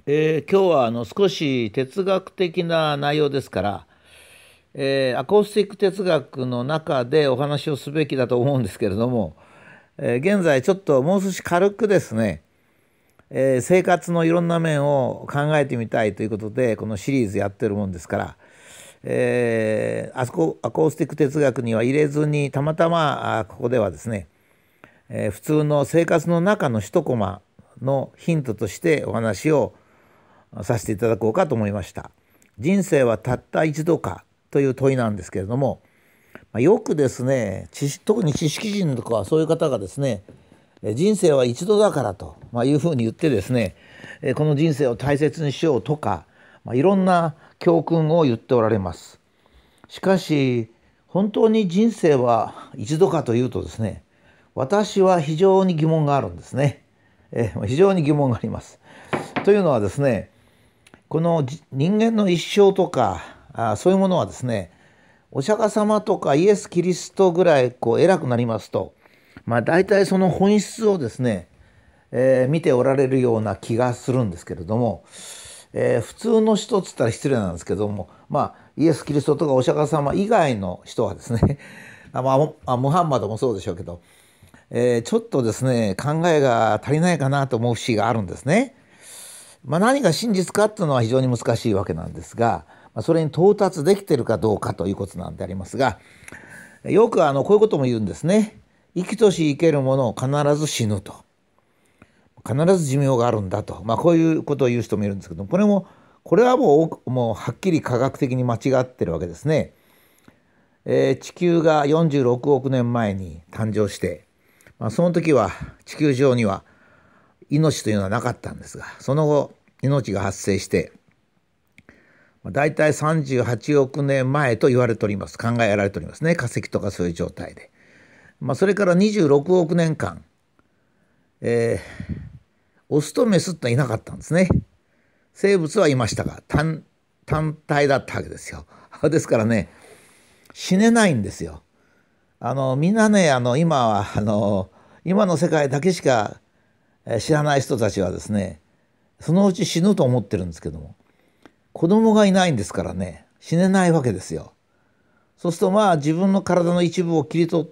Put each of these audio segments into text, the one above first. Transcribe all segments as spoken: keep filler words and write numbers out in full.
えー今日はあの少し哲学的な内容ですから、えーアコースティック哲学の中でお話をすべきだと思うんですけれども、えー現在ちょっともう少し軽くですね、えー生活のいろんな面を考えてみたいということでこのシリーズやってるもんですから、えーアコアコースティック哲学には入れずにたまたまあここではですね、えー普通の生活の中の一コマのヒントとしてお話をさせていただこうかと思いました。人生はたった一度かという問いなんですけれども、まあ、よくですね、知識特に知識人とかそういう方がですね、え人生は一度だからと、まあ、いうふうに言ってですね、えこの人生を大切にしようとか、まあ、いろんな教訓を言っておられます。しかし本当に人生は一度かというとですね、私は非常に疑問があるんですね。え非常に疑問があります。というのはですね、この人間の一生とかあそういうものはですね、お釈迦様とかイエス・キリストぐらいこう偉くなりますと、まあ、大体その本質をですね、えー見ておられるような気がするんですけれども、えー普通の人っつったら失礼なんですけども、まあ、イエス・キリストとかお釈迦様以外の人はですねあ、まあ、あムハンマドもそうでしょうけど、えーちょっとですね考えが足りないかなと思う節があるんですね。まあ、何が真実かっていうのは非常に難しいわけなんですが、まあ、それに到達できているかどうかということなんでありますが、よくあのこういうことも言うんですね。生きとし生けるものを必ず死ぬと。必ず寿命があるんだと。まあこういうことを言う人もいるんですけど、これも、これはもう、もうはっきり科学的に間違ってるわけですね。えー地球がよんじゅうろくおく年前に誕生して、まあ、その時は地球上には命というのはなかったんですが、その後命が発生して、だいたいさんじゅうはちおく年前と言われております。考えられておりますね。化石とかそういう状態で。まあ、それからにじゅうろくおく年間、えーオスとメスっていなかったんですね。生物はいましたが、単、単体だったわけですよ。ですからね、死ねないんですよ。あの、みんなね、あの、今は、あの、今の世界だけしかえー知らない人たちはですね、そのうち死ぬと思ってるんですけども、子供がいないんですからね、死ねないわけですよ。そうするとまあ自分の体の一部を切り取って、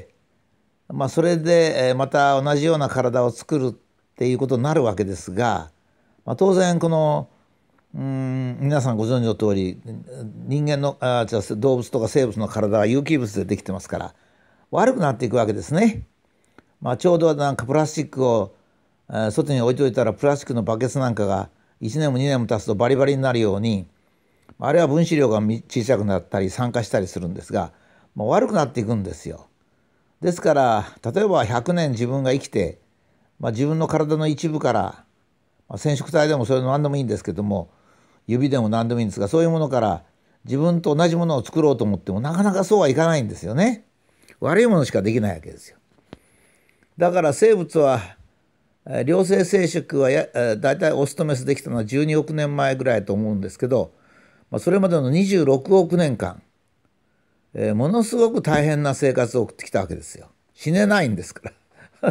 まあ、それでえーまた同じような体を作るっていうことになるわけですが、まあ、当然このうーん皆さんご存知の通り、人間のあじゃあ動物とか生物の体は有機物でできてますから悪くなっていくわけですね。まあ、ちょうどなんかプラスチックをえー外に置いといたらプラスチックのバケツなんかがいちねんもにねんも経つとバリバリになるように、あれは分子量がみ小さくなったり酸化したりするんですが、もう悪くなっていくんですよ。ですから例えばひゃくねん自分が生きて、まあ、自分の体の一部から、まあ、染色体でもそれ何でもいいんですけども、指でも何でもいいんですが、そういうものから自分と同じものを作ろうと思ってもなかなかそうはいかないんですよね。悪いものしかできないわけですよ。だから生物はえー良性生殖はや、えー、大体オスとメスできたのはじゅうにおく年前ぐらいと思うんですけど、まあ、それまでのにじゅうろくおく年間、えーものすごく大変な生活を送ってきたわけですよ。死ねないんですから。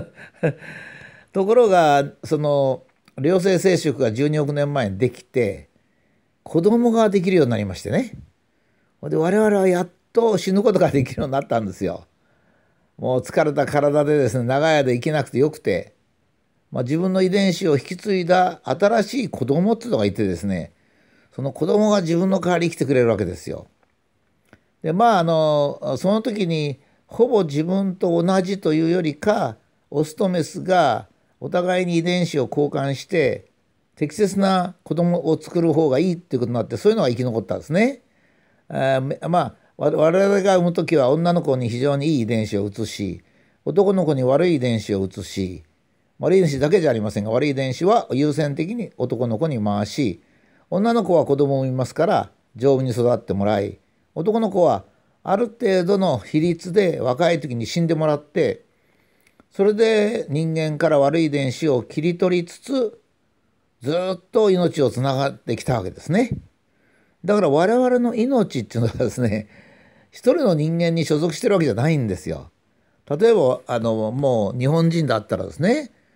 ところがその良性生殖がじゅうにおく年前にできて子供ができるようになりましてね。で我々はやっと死ぬことができるようになったんですよ。もう疲れた体でですね、長い間生きなくてよくて、まあ、自分の遺伝子を引き継いだ新しい子供っていうのがいてですね、その子供が自分の代わりに生きてくれるわけですよ。でまああのその時にほぼ自分と同じというよりか、オスとメスがお互いに遺伝子を交換して適切な子供を作る方がいいっていうことになって、そういうのが生き残ったんですね。あーまあ我々が産む時は女の子に非常にいい遺伝子を移し、男の子に悪い遺伝子を移し、悪い遺伝子だけじゃありませんが、悪い遺伝子は優先的に男の子に回し、女の子は子供を産みますから丈夫に育ってもらい、男の子はある程度の比率で若い時に死んでもらって、それで人間から悪い遺伝子を切り取りつつずっと命をつながってきたわけですね。だから我々の命っていうのはですね、一人の人間に所属してるわけじゃないんですよ。例えばあのもう日本人だったらですね、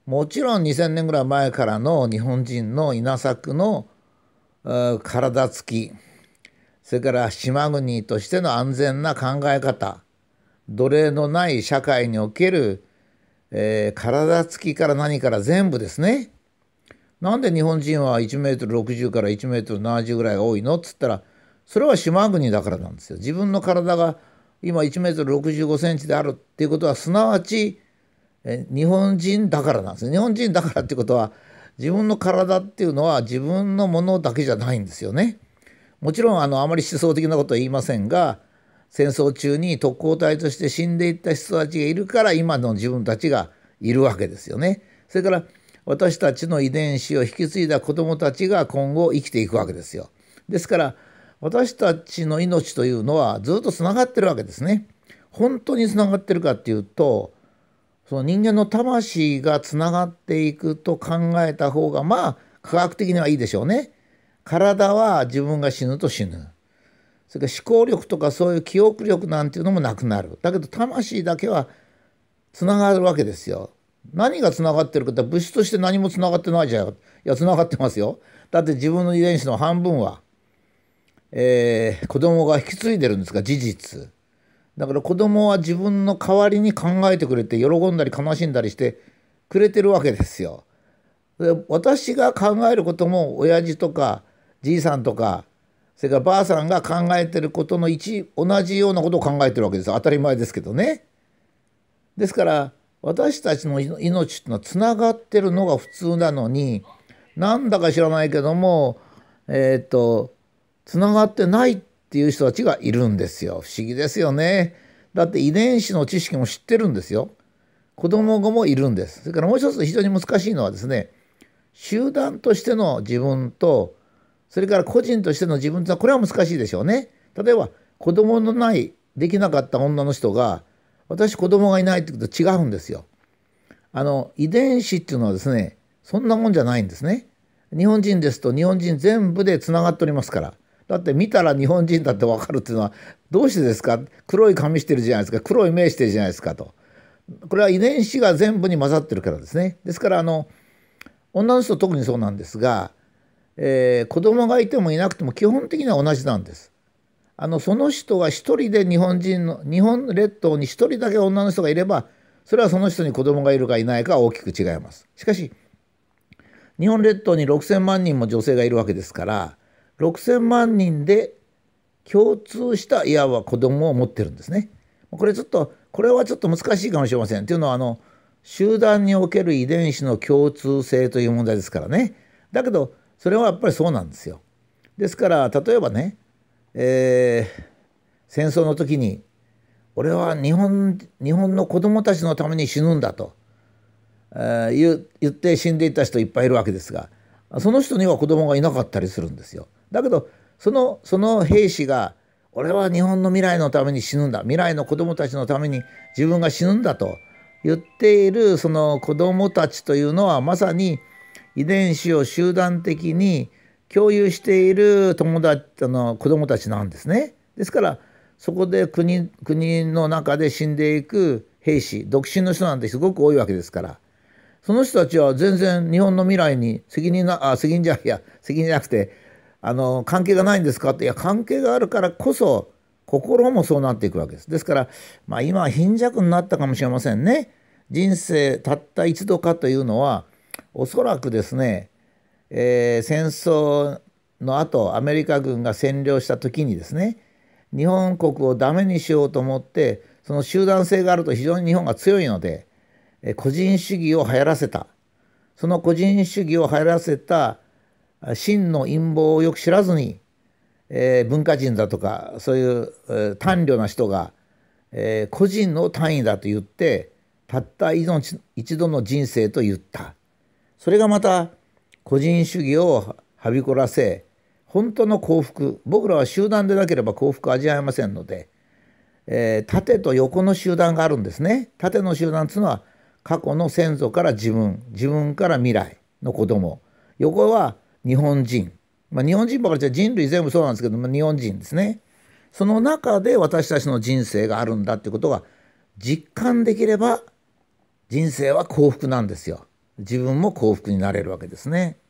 もちろんにせんねんぐらい前からの日本人の稲作の体つき、それから島国としての安全な考え方、奴隷のない社会における、えー、体つきから何から全部ですね。なんで日本人はいちメートルろくじゅうからいちメートルななじゅうぐらいが多いのっつったら、それは島国だからなんですよ。自分の体が今いちメートルろくじゅうごセンチであるっていうことは、すなわちえ日本人だからなんです。日本人だからってことは、自分の体っていうのは自分のものだけじゃないんですよね。もちろんあのあまり思想的なことは言いませんが、戦争中に特攻隊として死んでいった人たちがいるから今の自分たちがいるわけですよね。それから私たちの遺伝子を引き継いだ子どもたちが今後生きていくわけですよ。ですから私たちの命というのはずっとつながってるわけですね。本当につながってるかっていうと、その人間の魂がつながっていくと考えた方がまあ科学的にはいいでしょうね。体は自分が死ぬと死ぬ。それから思考力とかそういう記憶力なんていうのもなくなる。だけど魂だけはつながるわけですよ。何がつながってるかって、物質として何もつながってないじゃん。いやつながってますよ。だって自分の遺伝子の半分は、えー、子供が引き継いでるんですが、事実。だから子供は自分の代わりに考えてくれて、喜んだり悲しんだりしてくれてるわけですよ。で私が考えることも親父とかじいさんとか、それからばあさんが考えてることの一同じようなことを考えてるわけですよ。当たり前ですけどね。ですから私たちの命っていうのはつながってるのが普通なのに、なんだか知らないけどもえっとつながってないっていう人たちがいるんですよ。不思議ですよね。だって遺伝子の知識も知ってるんですよ。子供もいるんです。それからもう一つ非常に難しいのはですね、集団としての自分と、それから個人としての自分というのは、これは難しいでしょうね。例えば子供のないできなかった女の人が、私子供がいないってことと違うんですよ。あの遺伝子っていうのはですね、そんなもんじゃないんですね。日本人ですと日本人全部でつながっておりますから。だって見たら日本人だって分かるっていうのはどうしてですか。黒い髪してるじゃないですか、黒い目してるじゃないですかと。これは遺伝子が全部に混ざってるからですね。ですからあの女の人特にそうなんですが、えー、子供がいてもいなくても基本的には同じなんです。あのその人が一人で日本人の日本列島に一人だけ女の人がいれば、それはその人に子供がいるかいないかは大きく違います。しかし日本列島にろくせんまんにんも女性がいるわけですから、ろくせんまんにんで共通したいわば子供を持ってるんですね。これちょっとこれはちょっと難しいかもしれません。というのはあの集団における遺伝子の共通性という問題ですからね。だけどそれはやっぱりそうなんですよ。ですから例えばね、えー、戦争の時に俺は日本日本の子供たちのために死ぬんだと、えー、言, 言って死んでいった人いっぱいいるわけですが、その人には子供がいなかったりするんですよ。だけどそのその兵士が俺は日本の未来のために死ぬんだ、未来の子供たちのために自分が死ぬんだと言っているその子供たちというのは、まさに遺伝子を集団的に共有している友達の子供たちなんですね。ですからそこで 国, 国の中で死んでいく兵士、独身の人なんてすごく多いわけですから、その人たちは全然日本の未来に責任なあ責任じゃいや責任じゃなくてあの関係がないんですかって、いや関係があるからこそ心もそうなっていくわけです。ですから、まあ、今は貧弱になったかもしれませんね。人生たった一度かというのはおそらくですね、えー、戦争の後アメリカ軍が占領した時にですね、日本国をダメにしようと思って、その集団性があると非常に日本が強いので、えー、個人主義を流行らせた。その個人主義を流行らせた真の陰謀をよく知らずに、えー、文化人だとかそういう、えー、単慮な人が、えー、個人の単位だと言ってたった一度の人生と言った。それがまた個人主義をはびこらせ、本当の幸福、僕らは集団でなければ幸福を味わえませんので、えー、縦と横の集団があるんですね。縦の集団というのは過去の先祖から自分、自分から未来の子供、横は日本人、まあ、日本人ばかりじゃ人類全部そうなんですけども、日本人ですね。その中で私たちの人生があるんだってことが実感できれば人生は幸福なんですよ。 自分も幸福になれるわけですね。